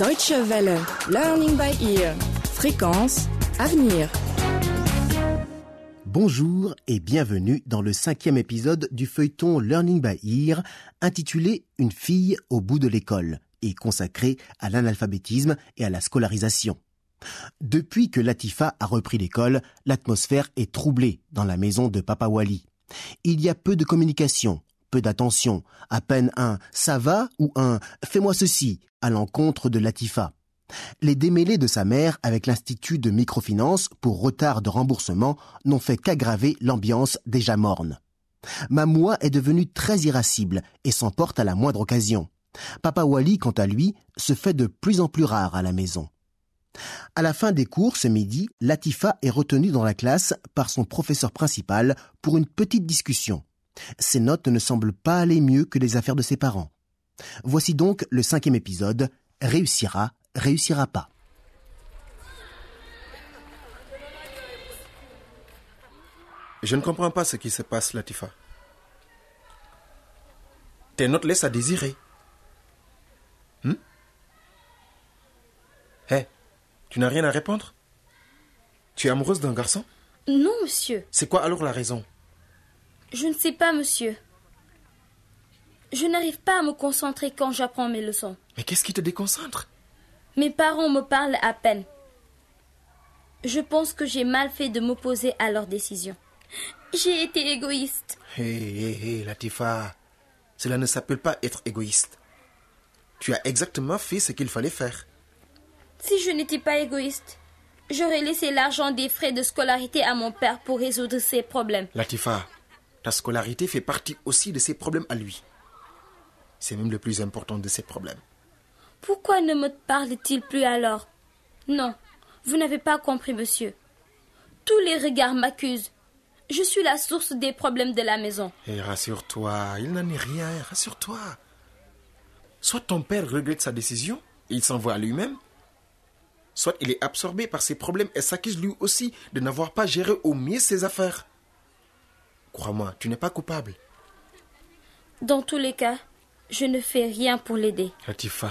Deutsche Welle. Learning by ear. Fréquence avenir. Bonjour et bienvenue dans le 5e épisode du feuilleton Learning by Ear intitulé « Une fille au bout de l'école » et consacré à l'analphabétisme et à la scolarisation. Depuis que Latifa a repris l'école, l'atmosphère est troublée dans la maison de Papa Wally. Il y a peu de communication, peu d'attention, à peine un « ça va » ou un « fais-moi ceci » à l'encontre de Latifa. Les démêlés de sa mère avec l'Institut de microfinance pour retard de remboursement n'ont fait qu'aggraver l'ambiance déjà morne. Mamoua est devenue très irascible et s'emporte à la moindre occasion. Papa Wally, quant à lui, se fait de plus en plus rare à la maison. À la fin des cours, ce midi, Latifa est retenue dans la classe par son professeur principal pour une petite discussion. Ses notes ne semblent pas aller mieux que les affaires de ses parents. Voici donc le 5e épisode, réussira pas. Je ne comprends pas ce qui se passe, Latifa. Tes notes laissent à désirer. Hé, tu n'as rien à répondre? Tu es amoureuse d'un garçon? Non, monsieur. C'est quoi alors la raison? Je ne sais pas, monsieur. Je n'arrive pas à me concentrer quand j'apprends mes leçons. Mais qu'est-ce qui te déconcentre? Mes parents me parlent à peine. Je pense que j'ai mal fait de m'opposer à leur décision. J'ai été égoïste. Hé, Latifa, cela ne s'appelle pas être égoïste. Tu as exactement fait ce qu'il fallait faire. Si je n'étais pas égoïste, j'aurais laissé l'argent des frais de scolarité à mon père pour résoudre ses problèmes. Latifa, ta scolarité fait partie aussi de ses problèmes à lui. C'est même le plus important de ses problèmes. Pourquoi ne me parle-t-il plus alors? Non, vous n'avez pas compris, monsieur. Tous les regards m'accusent. Je suis la source des problèmes de la maison. Et rassure-toi, il n'en est rien, rassure-toi. Soit ton père regrette sa décision, et il s'en va à lui-même, soit il est absorbé par ses problèmes et s'accuse lui aussi de n'avoir pas géré au mieux ses affaires. Crois-moi, tu n'es pas coupable. Dans tous les cas, je ne fais rien pour l'aider. Latifa,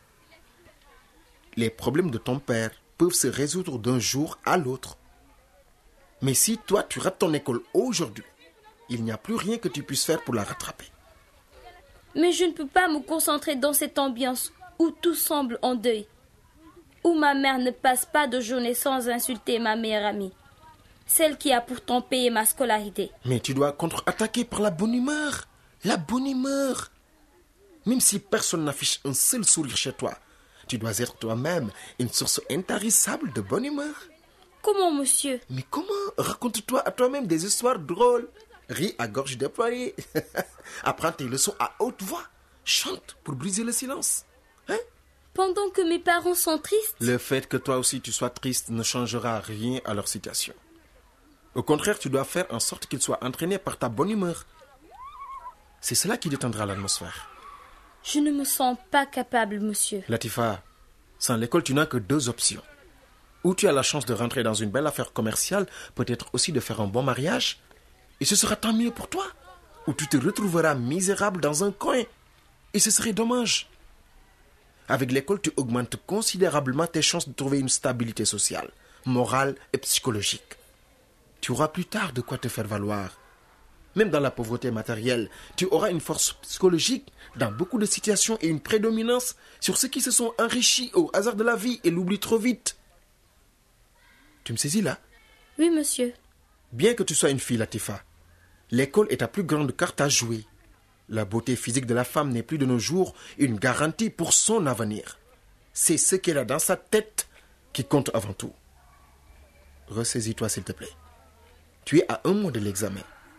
les problèmes de ton père peuvent se résoudre d'un jour à l'autre. Mais si toi, tu rates ton école aujourd'hui, il n'y a plus rien que tu puisses faire pour la rattraper. Mais je ne peux pas me concentrer dans cette ambiance où tout semble en deuil, où ma mère ne passe pas de journée sans insulter ma meilleure amie, celle qui a pourtant payé ma scolarité. Mais tu dois contre-attaquer par la bonne humeur. La bonne humeur. Même si personne n'affiche un seul sourire chez toi, tu dois être toi-même une source intarissable de bonne humeur. Comment, monsieur? Mais comment? Raconte-toi à toi-même des histoires drôles. Ris à gorge déployée. Apprends tes leçons à haute voix. Chante pour briser le silence. Hein? Pendant que mes parents sont tristes? Le fait que toi aussi tu sois triste ne changera rien à leur situation. Au contraire, tu dois faire en sorte qu'ils soient entraînés par ta bonne humeur. C'est cela qui détendra l'atmosphère. Je ne me sens pas capable, monsieur. Latifa, sans l'école, tu n'as que 2 options. Ou tu as la chance de rentrer dans une belle affaire commerciale, peut-être aussi de faire un bon mariage, et ce sera tant mieux pour toi. Ou tu te retrouveras misérable dans un coin, et ce serait dommage. Avec l'école, tu augmentes considérablement tes chances de trouver une stabilité sociale, morale et psychologique. Tu auras plus tard de quoi te faire valoir. Même dans la pauvreté matérielle, tu auras une force psychologique dans beaucoup de situations et une prédominance sur ceux qui se sont enrichis au hasard de la vie et l'oublient trop vite. Tu me saisis là? Oui, monsieur. Bien que tu sois une fille, Latifa, l'école est ta plus grande carte à jouer. La beauté physique de la femme n'est plus de nos jours une garantie pour son avenir. C'est ce qu'elle a dans sa tête qui compte avant tout. Ressaisis-toi, s'il te plaît. Tu es à 1 mois de l'examen.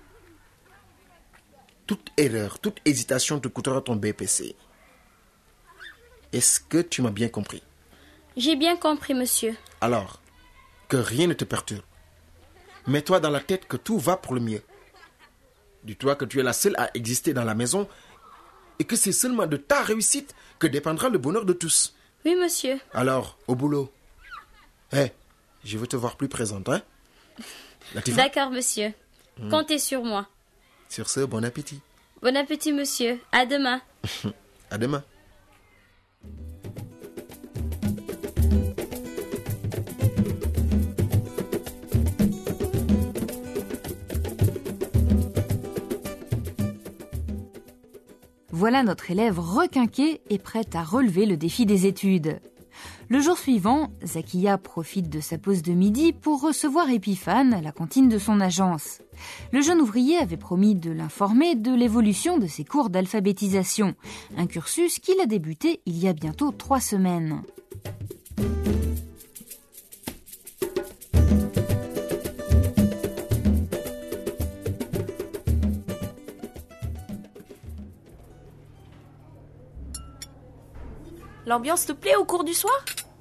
Toute erreur, toute hésitation te coûtera ton BPC. Est-ce que tu m'as bien compris? J'ai bien compris, monsieur. Alors, que rien ne te perturbe. Mets-toi dans la tête que tout va pour le mieux. Dis-toi que tu es la seule à exister dans la maison et que c'est seulement de ta réussite que dépendra le bonheur de tous. Oui, monsieur. Alors, au boulot. Hé, je veux te voir plus présente, hein? Latifa? D'accord, monsieur. Comptez sur moi. Sur ce, bon appétit. Bon appétit, monsieur. À demain. À demain. voilà notre élève requinqué et prête à relever le défi des études. Le jour suivant, Zakia profite de sa pause de midi pour recevoir Epiphane à la cantine de son agence. Le jeune ouvrier avait promis de l'informer de l'évolution de ses cours d'alphabétisation, un cursus qu'il a débuté il y a bientôt 3 semaines. L'ambiance te plaît au cours du soir?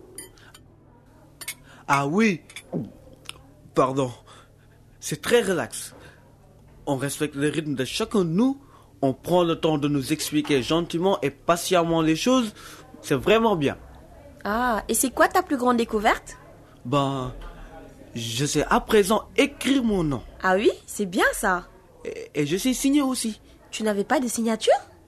Ah oui. Pardon. C'est très relax. On respecte le rythme de chacun de nous. On prend le temps de nous expliquer gentiment et patiemment les choses. C'est vraiment bien. Ah, et c'est quoi ta plus grande découverte? Je sais à présent écrire mon nom. Ah oui, c'est bien ça. Et je sais signer aussi. Tu n'avais pas de signature?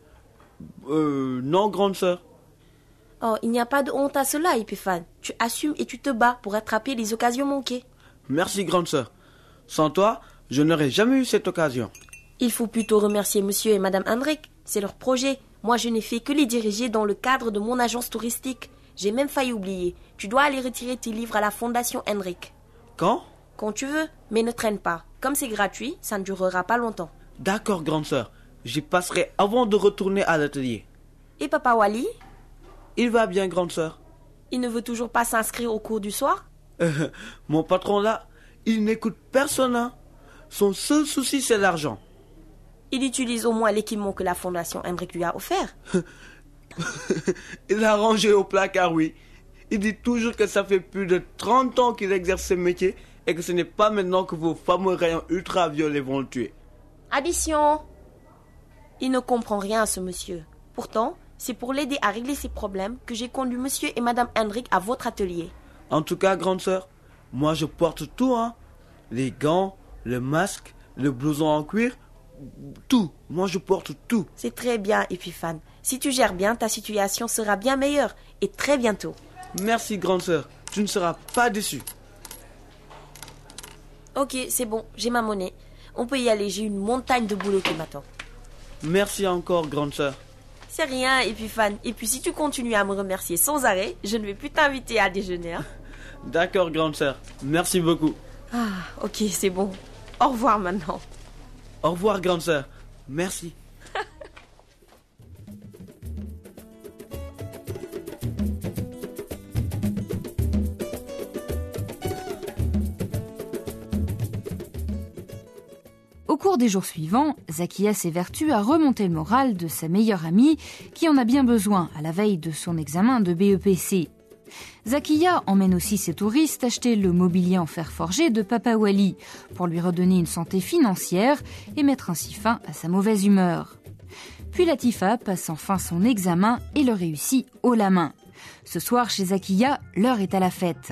Non, grande sœur. Oh, il n'y a pas de honte à cela, Epiphane. Tu assumes et tu te bats pour attraper les occasions manquées. Merci, grande sœur. Sans toi, je n'aurais jamais eu cette occasion. Il faut plutôt remercier monsieur et madame Hendrik. C'est leur projet. Moi, je n'ai fait que les diriger dans le cadre de mon agence touristique. J'ai même failli oublier. Tu dois aller retirer tes livres à la fondation Hendrik. Quand? Quand tu veux, mais ne traîne pas. Comme c'est gratuit, ça ne durera pas longtemps. D'accord, grande sœur. J'y passerai avant de retourner à l'atelier. Et papa Wally? Il va bien, grande sœur. Il ne veut toujours pas s'inscrire au cours du soir? Mon patron là, il n'écoute personne. Hein. Son seul souci, c'est l'argent. Il utilise au moins l'équipement que la fondation Hendrik lui a offert. Il a rangé au placard, oui. Il dit toujours que ça fait plus de 30 ans qu'il exerce ce métier et que ce n'est pas maintenant que vos fameux rayons ultraviolets vont le tuer. Addition! Il ne comprend rien à ce monsieur. Pourtant, c'est pour l'aider à régler ses problèmes que j'ai conduit monsieur et madame Hendrik à votre atelier. En tout cas, grande sœur, moi je porte tout, hein. Les gants, le masque, le blouson en cuir, tout. Moi je porte tout. C'est très bien, Epiphane. Si tu gères bien, ta situation sera bien meilleure. Et très bientôt. Merci, grande sœur. Tu ne seras pas déçue. Ok, c'est bon, j'ai ma monnaie. On peut y aller, j'ai une montagne de boulot qui m'attend. Merci encore, grande sœur. C'est rien, Epiphane. Et puis si tu continues à me remercier sans arrêt, je ne vais plus t'inviter à déjeuner. Hein. D'accord, grande sœur. Merci beaucoup. Ah, ok, c'est bon. Au revoir maintenant. Au revoir, grande sœur. Merci. Au cours des jours suivants, Zakia s'évertue à remonter le moral de sa meilleure amie qui en a bien besoin à la veille de son examen de BEPC. Zakia emmène aussi ses touristes acheter le mobilier en fer forgé de Papa Wally pour lui redonner une santé financière et mettre ainsi fin à sa mauvaise humeur. Puis Latifa passe enfin son examen et le réussit haut la main. Ce soir chez Zakia, l'heure est à la fête.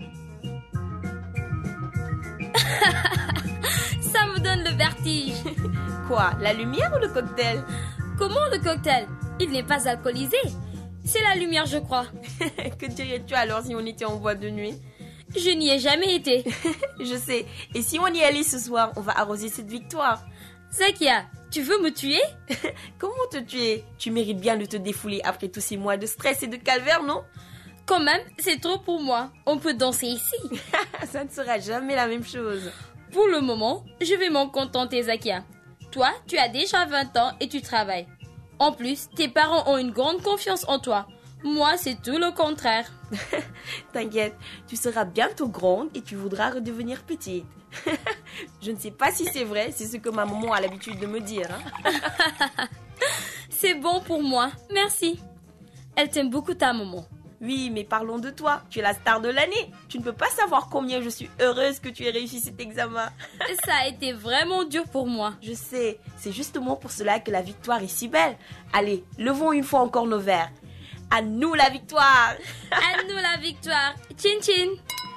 Ça me donne le vertige. Quoi, la lumière ou le cocktail? Comment le cocktail? Il n'est pas alcoolisé. C'est la lumière, je crois. Que dirais-tu alors si on était en boîte de nuit? Je n'y ai jamais été. Je sais. Et si on y allait ce soir, on va arroser cette victoire. Zakia, tu veux me tuer? Comment te tuer? Tu mérites bien de te défouler après tous ces mois de stress et de calvaire, non? Quand même, c'est trop pour moi. On peut danser ici. Ça ne sera jamais la même chose. Pour le moment, je vais m'en contenter, Zakia. Toi, tu as déjà 20 ans et tu travailles. En plus, tes parents ont une grande confiance en toi. Moi, c'est tout le contraire. T'inquiète, tu seras bientôt grande et tu voudras redevenir petite. Je ne sais pas si c'est vrai, c'est ce que ma maman a l'habitude de me dire. Hein. C'est bon pour moi, merci. Elle t'aime beaucoup, ta maman. Oui, mais parlons de toi. Tu es la star de l'année. Tu ne peux pas savoir combien je suis heureuse que tu aies réussi cet examen. Ça a été vraiment dur pour moi. Je sais, c'est justement pour cela que la victoire est si belle. Allez, levons une fois encore nos verres. À nous la victoire. À nous la victoire. Chin chin.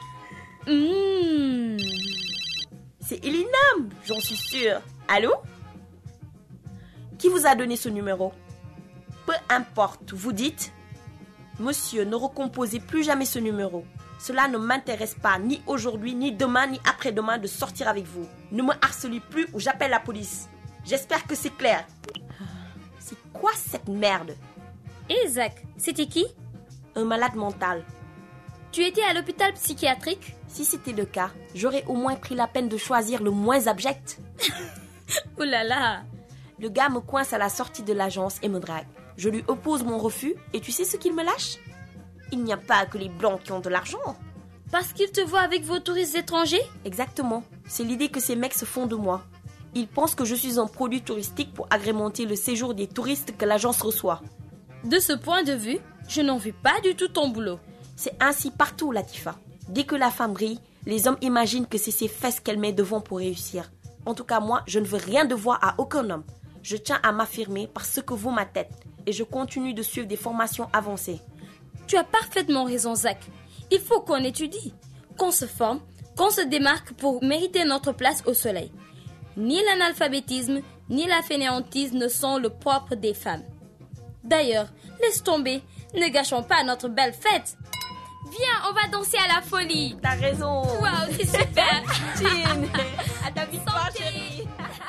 C'est Elinam, j'en suis sûre. Allô? Qui vous a donné ce numéro? Peu importe, vous dites... Monsieur, ne recomposez plus jamais ce numéro. Cela ne m'intéresse pas, ni aujourd'hui, ni demain, ni après-demain de sortir avec vous. Ne me harcelez plus ou j'appelle la police. J'espère que c'est clair. C'est quoi cette merde? Et Zach, c'était qui? Un malade mental. Tu étais à l'hôpital psychiatrique? Si c'était le cas, j'aurais au moins pris la peine de choisir le moins abject. Oh là là! Le gars me coince à la sortie de l'agence et me drague. Je lui oppose mon refus et tu sais ce qu'il me lâche? Il n'y a pas que les blancs qui ont de l'argent. Parce qu'il te voit avec vos touristes étrangers? Exactement. C'est l'idée que ces mecs se font de moi. Ils pensent que je suis un produit touristique pour agrémenter le séjour des touristes que l'agence reçoit. De ce point de vue, je n'en veux pas du tout ton boulot. C'est ainsi partout, Latifa. Dès que la femme brille, les hommes imaginent que c'est ses fesses qu'elle met devant pour réussir. En tout cas, moi, je ne veux rien devoir à aucun homme. Je tiens à m'affirmer par ce que vaut ma tête et je continue de suivre des formations avancées. Tu as parfaitement raison, Zach. Il faut qu'on étudie, qu'on se forme, qu'on se démarque pour mériter notre place au soleil. Ni l'analphabétisme, ni la fainéantise ne sont le propre des femmes. D'ailleurs, laisse tomber, ne gâchons pas notre belle fête. Viens, on va danser à la folie. T'as raison. Waouh, c'est super. Jean, à ta victoire, Santé. chérie.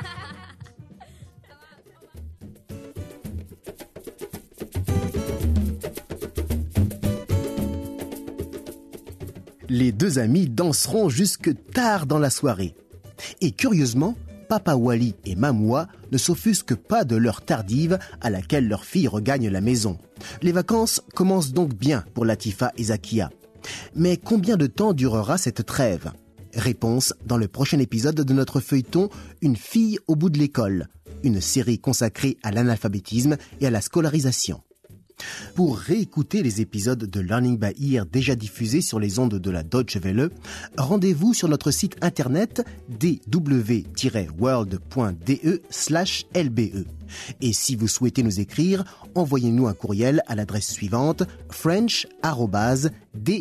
Les deux amis danseront jusque tard dans la soirée. Et curieusement, Papa Wally et Mamoua ne s'offusquent pas de l'heure tardive à laquelle leur fille regagne la maison. Les vacances commencent donc bien pour Latifa et Zakia. Mais combien de temps durera cette trêve? Réponse dans le prochain épisode de notre feuilleton Une fille au bout de l'école, une série consacrée à l'analphabétisme et à la scolarisation. Pour réécouter les épisodes de Learning by Ear déjà diffusés sur les ondes de la Deutsche Welle, rendez-vous sur notre site internet dw-world.de/lbe. Et si vous souhaitez nous écrire, envoyez-nous un courriel à l'adresse suivante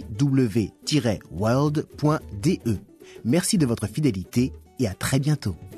french@dw-world.de. Merci de votre fidélité et à très bientôt.